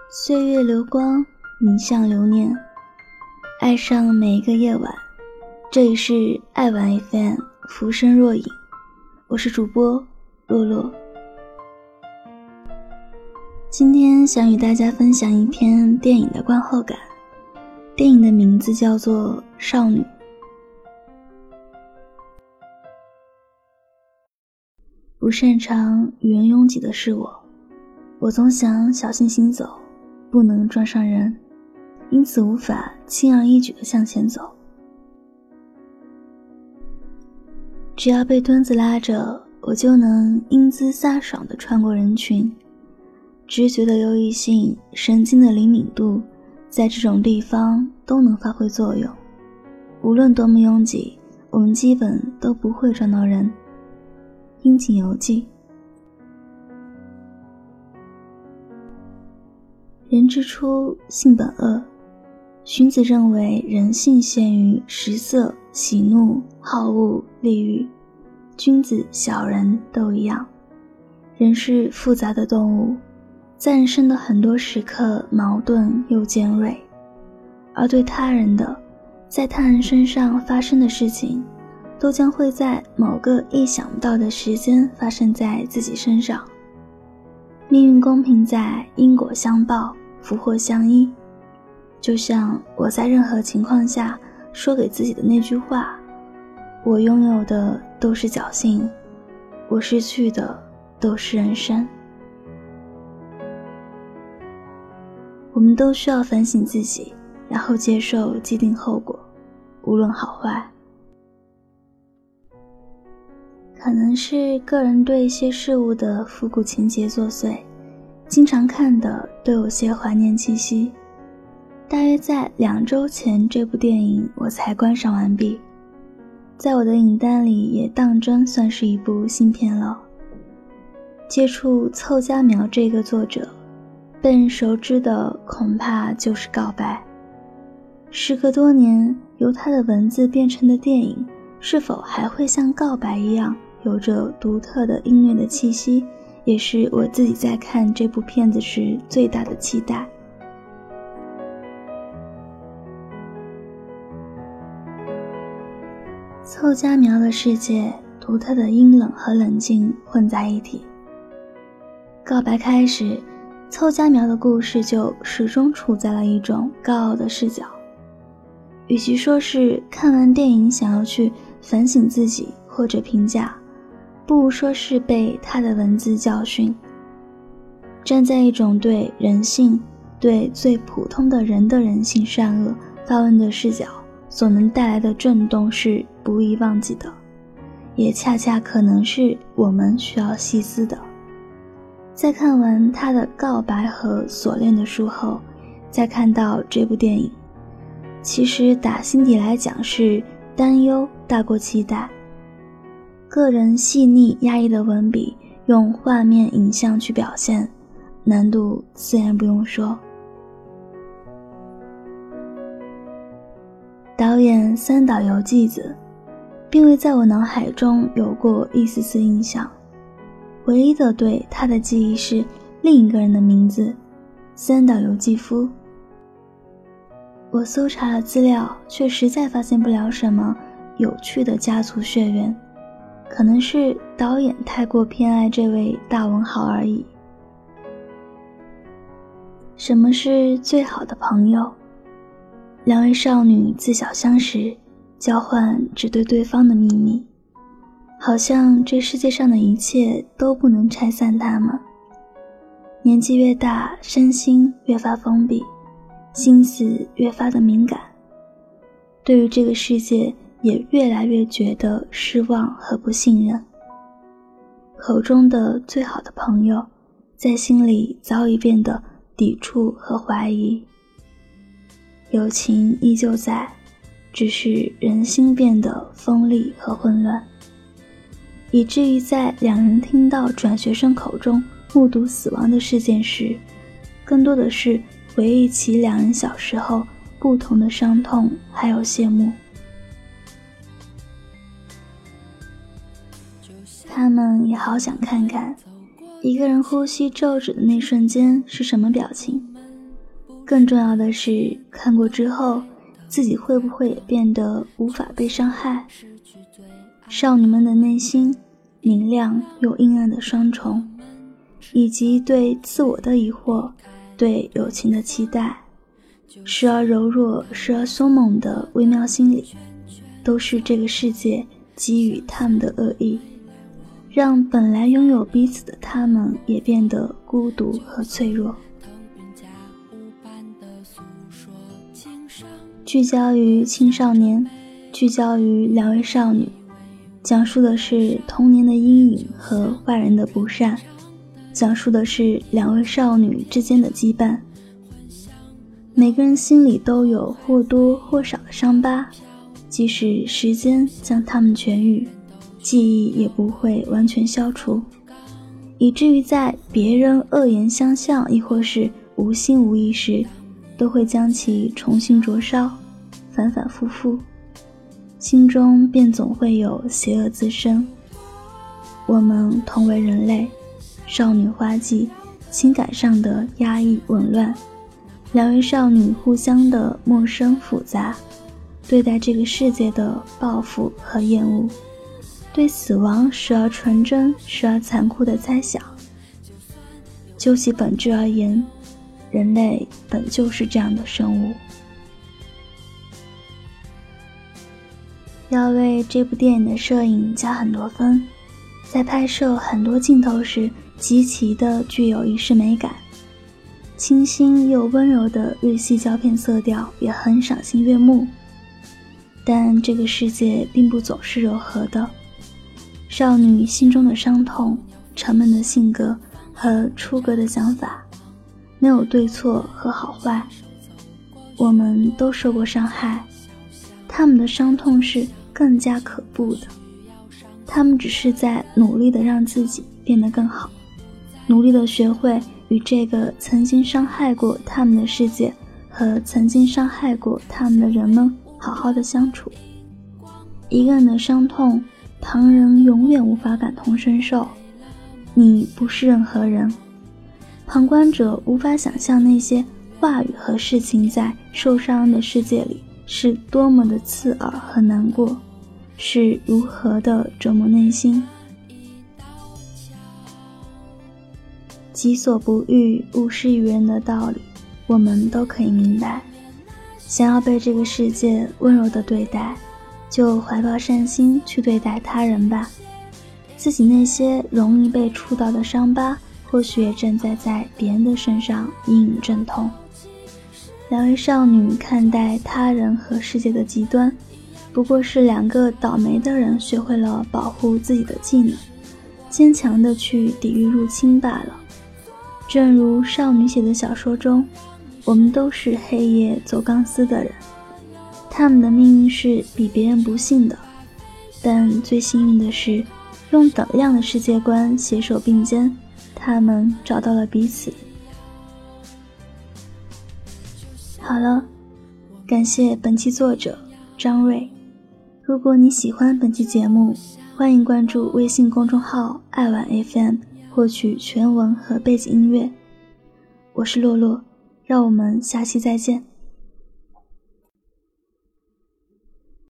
岁月流光，影像留念，爱上每一个夜晚。这里是爱晚 FM 浮生若影，我是主播洛洛。今天想与大家分享一篇电影的观后感，电影的名字叫做《少女》。不擅长与人拥挤的是我总想小心行走，不能撞上人，因此无法轻而易举地向前走。只要被墩子拉着，我就能英姿飒爽地穿过人群。直觉的优异性，神经的灵敏度，在这种地方都能发挥作用。无论多么拥挤，我们基本都不会撞到人。樱井游记。人之初，性本恶。荀子认为人性陷于食色、喜怒、好恶、利欲，君子、小人都一样。人是复杂的动物，在人生的很多时刻矛盾又尖锐，而对他人的，在他人身上发生的事情，都将会在某个意想不到的时间发生在自己身上。命运公平在因果相报，福祸相依。就像我在任何情况下说给自己的那句话，我拥有的都是侥幸，我失去的都是人生。我们都需要反省自己，然后接受既定后果，无论好坏。可能是个人对一些事物的复古情节作祟，经常看的都有些怀念气息。大约在2周前，这部电影我才观赏完毕，在我的影单里也当真算是一部新片了。接触凑佳苗这个作者，被人熟知的恐怕就是告白。时隔多年，由他的文字变成的电影，是否还会像告白一样有着独特的音乐的气息，也是我自己在看这部片子时最大的期待。凑佳苗的世界，独特的阴冷和冷静混在一起。告白开始，凑佳苗的故事就始终处在了一种高傲的视角。与其说是看完电影想要去反省自己或者评价，不如说是被他的文字教训。站在一种对人性，对最普通的人的人性善恶发问的视角，所能带来的震动是不易忘记的，也恰恰可能是我们需要细思的。在看完他的告白和锁链的书后，再看到这部电影，其实打心底来讲是担忧大过期待。个人细腻压抑的文笔，用画面影像去表现，难度自然不用说。导演三岛由纪子并未在我脑海中有过一丝丝印象，唯一的对他的记忆是另一个人的名字，三岛由纪夫。我搜查了资料，却实在发现不了什么有趣的家族血缘，可能是导演太过偏爱这位大文豪而已。什么是最好的朋友？2位少女自小相识，交换只对对方的秘密，好像这世界上的一切都不能拆散他们。年纪越大，身心越发封闭，心思越发的敏感，对于这个世界也越来越觉得失望和不信任。口中的最好的朋友，在心里早已变得抵触和怀疑。友情依旧在，只是人心变得锋利和混乱，以至于在2人听到转学生口中目睹死亡的事件时，更多的是回忆起2人小时候不同的伤痛还有谢幕。他们也好想看看一个人呼吸骤止的那瞬间是什么表情， 更重要的是，看过之后自己会不会也变得无法被伤害。少女们的内心明亮又阴暗的双重，以及对自我的疑惑，对友情的期待，时而柔弱时而凶猛的微妙心理，都是这个世界给予他们的恶意，让本来拥有彼此的他们也变得孤独和脆弱。聚焦于青少年，聚焦于两位少女，讲述的是童年的阴影和坏人的不善，讲述的是两位少女之间的羁绊。每个人心里都有或多或少的伤疤，即使时间将它们痊愈，记忆也不会完全消除，以至于在别人恶言相向亦或是无心无意时，都会将其重新灼烧，反反复复，心中便总会有邪恶滋生。我们同为人类，少女花季，情感上的压抑紊乱，两位少女互相的陌生复杂，对待这个世界的报复和厌恶，对死亡时而纯真时而残酷的猜想。就其本质而言，人类本就是这样的生物。要为这部电影的摄影加很多分，在拍摄很多镜头时极其的具有仪式美感，清新又温柔的日系胶片色调也很赏心悦目。但这个世界并不总是柔和的，少女心中的伤痛，沉闷的性格和出格的想法，没有对错和好坏，我们都受过伤害，他们的伤痛是更加可怖的，他们只是在努力的让自己变得更好，努力的学会与这个曾经伤害过他们的世界和曾经伤害过他们的人们好好的相处。一个人的伤痛，旁人永远无法感同身受，你不是任何人，旁观者无法想象那些话语和事情在受伤人的世界里是多么的刺耳和难过，是如何的折磨内心。己所不欲，勿施于人的道理，我们都可以明白。想要被这个世界温柔的对待，就怀抱善心去对待他人吧。自己那些容易被触到的伤疤，或许也正在别人的身上隐隐阵痛。两位少女看待他人和世界的极端，不过是两个倒霉的人学会了保护自己的技能，坚强地去抵御入侵罢了。正如少女写的小说中，我们都是黑夜走钢丝的人，他们的命运是比别人不幸的，但最幸运的是，用等量的世界观携手并肩，他们找到了彼此。好了，感谢本期作者张瑞。如果你喜欢本期节目，欢迎关注微信公众号爱晚 FM， 获取全文和背景音乐。我是洛洛，让我们下期再见。